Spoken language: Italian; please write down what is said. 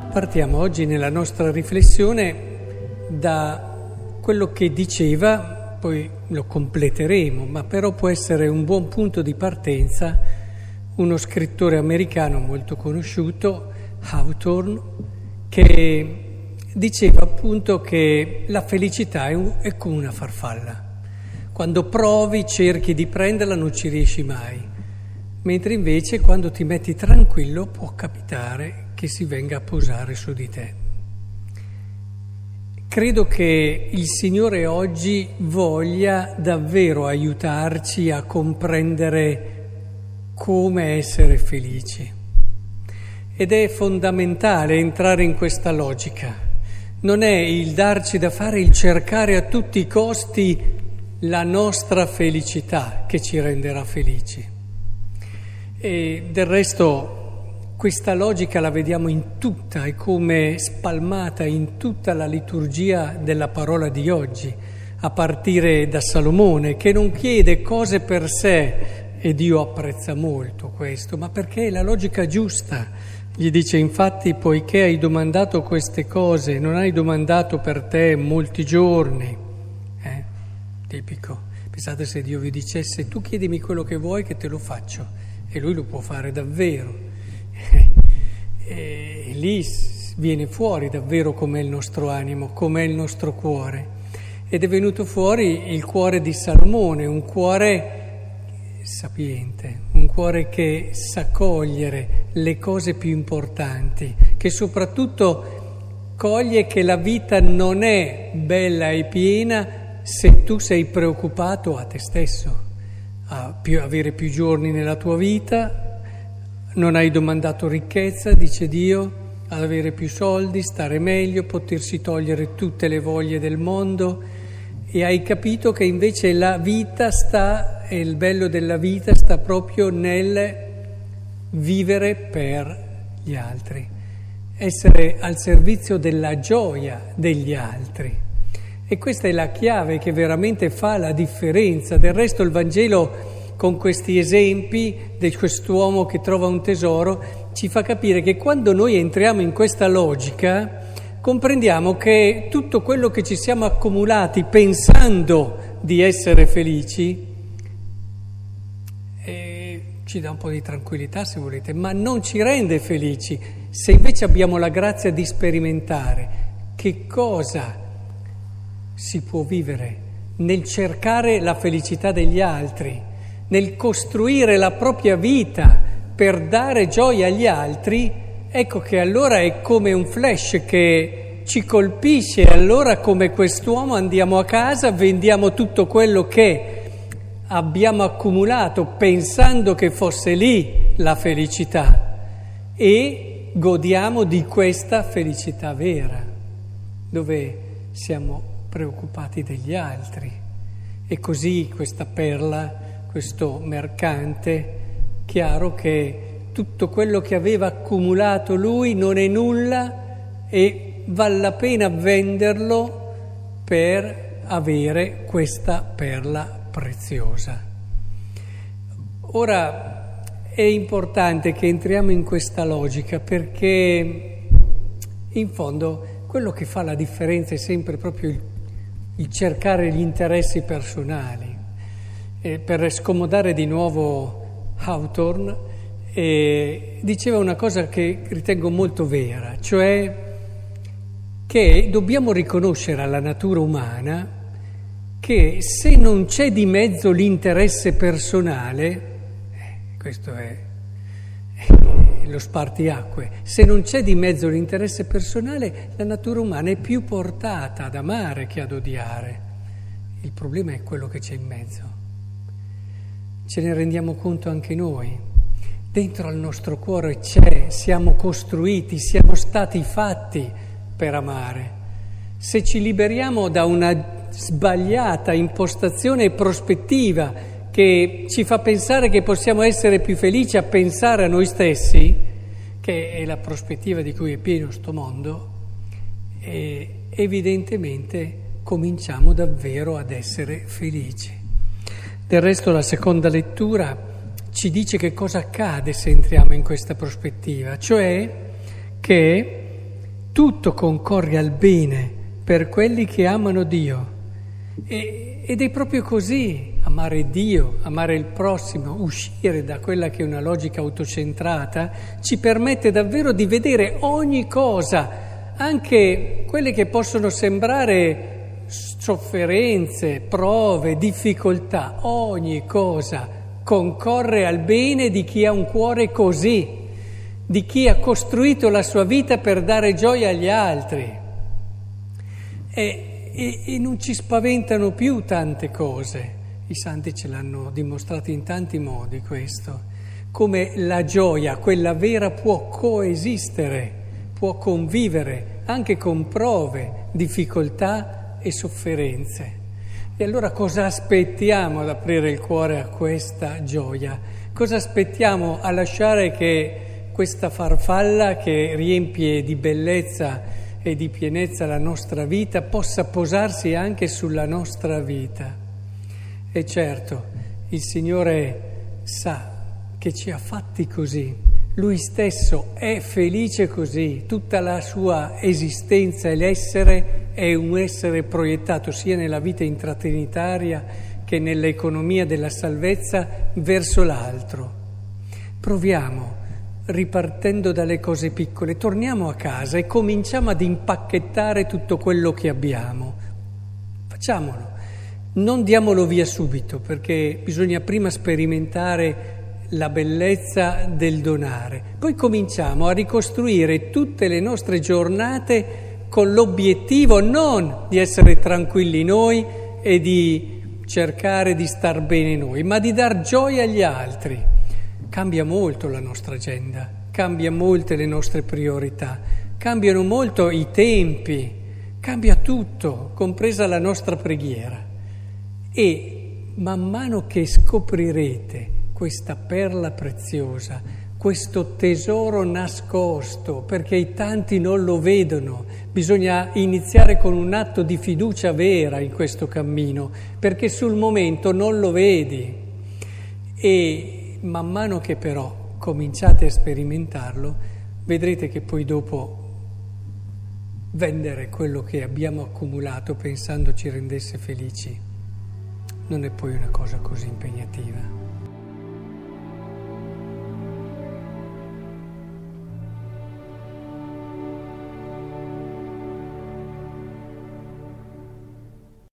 Partiamo oggi nella nostra riflessione da quello che diceva, poi lo completeremo, ma però può essere un buon punto di partenza uno scrittore americano molto conosciuto, Hawthorne, che diceva appunto che la felicità è come una farfalla. Quando provi, cerchi di prenderla, non ci riesci mai, mentre invece quando ti metti tranquillo può capitare che si venga a posare su di te. Credo che il Signore oggi voglia davvero aiutarci a comprendere come essere felici. Ed è fondamentale entrare in questa logica. Non è il darci da fare, il cercare a tutti i costi la nostra felicità che ci renderà felici. E del resto questa logica la vediamo in tutta, è come spalmata in tutta la liturgia della parola di oggi, a partire da Salomone, che non chiede cose per sé, e Dio apprezza molto questo, ma perché è la logica giusta. Gli dice infatti, poiché hai domandato queste cose, non hai domandato per te molti giorni. Tipico. Pensate se Dio vi dicesse, tu chiedimi quello che vuoi che te lo faccio, e Lui lo può fare davvero. E lì viene fuori davvero com'è il nostro animo, com'è il nostro cuore. Ed è venuto fuori il cuore di Salomone, un cuore sapiente, un cuore che sa cogliere le cose più importanti, che soprattutto coglie che la vita non è bella e piena se tu sei preoccupato a te stesso, avere più giorni nella tua vita. Non hai domandato ricchezza, dice Dio, ad avere più soldi, stare meglio, potersi togliere tutte le voglie del mondo, e hai capito che invece la vita e il bello della vita sta proprio nel vivere per gli altri, essere al servizio della gioia degli altri. E questa è la chiave che veramente fa la differenza. Del resto il Vangelo, con questi esempi di quest'uomo che trova un tesoro, ci fa capire che quando noi entriamo in questa logica comprendiamo che tutto quello che ci siamo accumulati pensando di essere felici ci dà un po' di tranquillità se volete, ma non ci rende felici. Se invece abbiamo la grazia di sperimentare che cosa si può vivere nel cercare la felicità degli altri, nel costruire la propria vita per dare gioia agli altri, ecco che allora è come un flash che ci colpisce, e allora come quest'uomo andiamo a casa, vendiamo tutto quello che abbiamo accumulato pensando che fosse lì la felicità e godiamo di questa felicità vera, dove siamo preoccupati degli altri. E così questa perla, questo mercante, chiaro che tutto quello che aveva accumulato lui non è nulla e vale la pena venderlo per avere questa perla preziosa. Ora è importante che entriamo in questa logica, perché in fondo quello che fa la differenza è sempre proprio il cercare gli interessi personali. Per scomodare di nuovo Hawthorne, diceva una cosa che ritengo molto vera, cioè che dobbiamo riconoscere alla natura umana che se non c'è di mezzo l'interesse personale, questo è lo spartiacque, se non c'è di mezzo l'interesse personale, la natura umana è più portata ad amare che ad odiare. Il problema è quello che c'è in mezzo. Ce ne rendiamo conto anche noi. Dentro al nostro cuore siamo costruiti, siamo stati fatti per amare. Se ci liberiamo da una sbagliata impostazione e prospettiva che ci fa pensare che possiamo essere più felici a pensare a noi stessi, che è la prospettiva di cui è pieno sto mondo, evidentemente cominciamo davvero ad essere felici. Del resto la seconda lettura ci dice che cosa accade se entriamo in questa prospettiva, cioè che tutto concorre al bene per quelli che amano Dio. Ed è proprio così, amare Dio, amare il prossimo, uscire da quella che è una logica autocentrata, ci permette davvero di vedere ogni cosa, anche quelle che possono sembrare sofferenze, prove, difficoltà, ogni cosa concorre al bene di chi ha un cuore così, di chi ha costruito la sua vita per dare gioia agli altri. E non ci spaventano più tante cose. I santi ce l'hanno dimostrato in tanti modi questo, come la gioia, quella vera, può coesistere, può convivere anche con prove, difficoltà e sofferenze. E allora cosa aspettiamo ad aprire il cuore a questa gioia? Cosa aspettiamo a lasciare che questa farfalla che riempie di bellezza e di pienezza la nostra vita possa posarsi anche sulla nostra vita? E certo, il Signore sa che ci ha fatti così, Lui stesso è felice così, tutta la sua esistenza e l'essere è un essere proiettato sia nella vita intratrinitaria che nell'economia della salvezza verso l'altro. Proviamo, ripartendo dalle cose piccole, torniamo a casa e cominciamo ad impacchettare tutto quello che abbiamo. Facciamolo, non diamolo via subito, perché bisogna prima sperimentare la bellezza del donare. Poi cominciamo a ricostruire tutte le nostre giornate con l'obiettivo non di essere tranquilli noi e di cercare di star bene noi, ma di dar gioia agli altri. Cambia molto la nostra agenda, cambia molte le nostre priorità, cambiano molto i tempi, cambia tutto, compresa la nostra preghiera. E man mano che scoprirete questa perla preziosa, questo tesoro nascosto, perché i tanti non lo vedono, bisogna iniziare con un atto di fiducia vera in questo cammino, perché sul momento non lo vedi. E man mano che però cominciate a sperimentarlo, vedrete che poi dopo vendere quello che abbiamo accumulato pensando ci rendesse felici non è poi una cosa così impegnativa.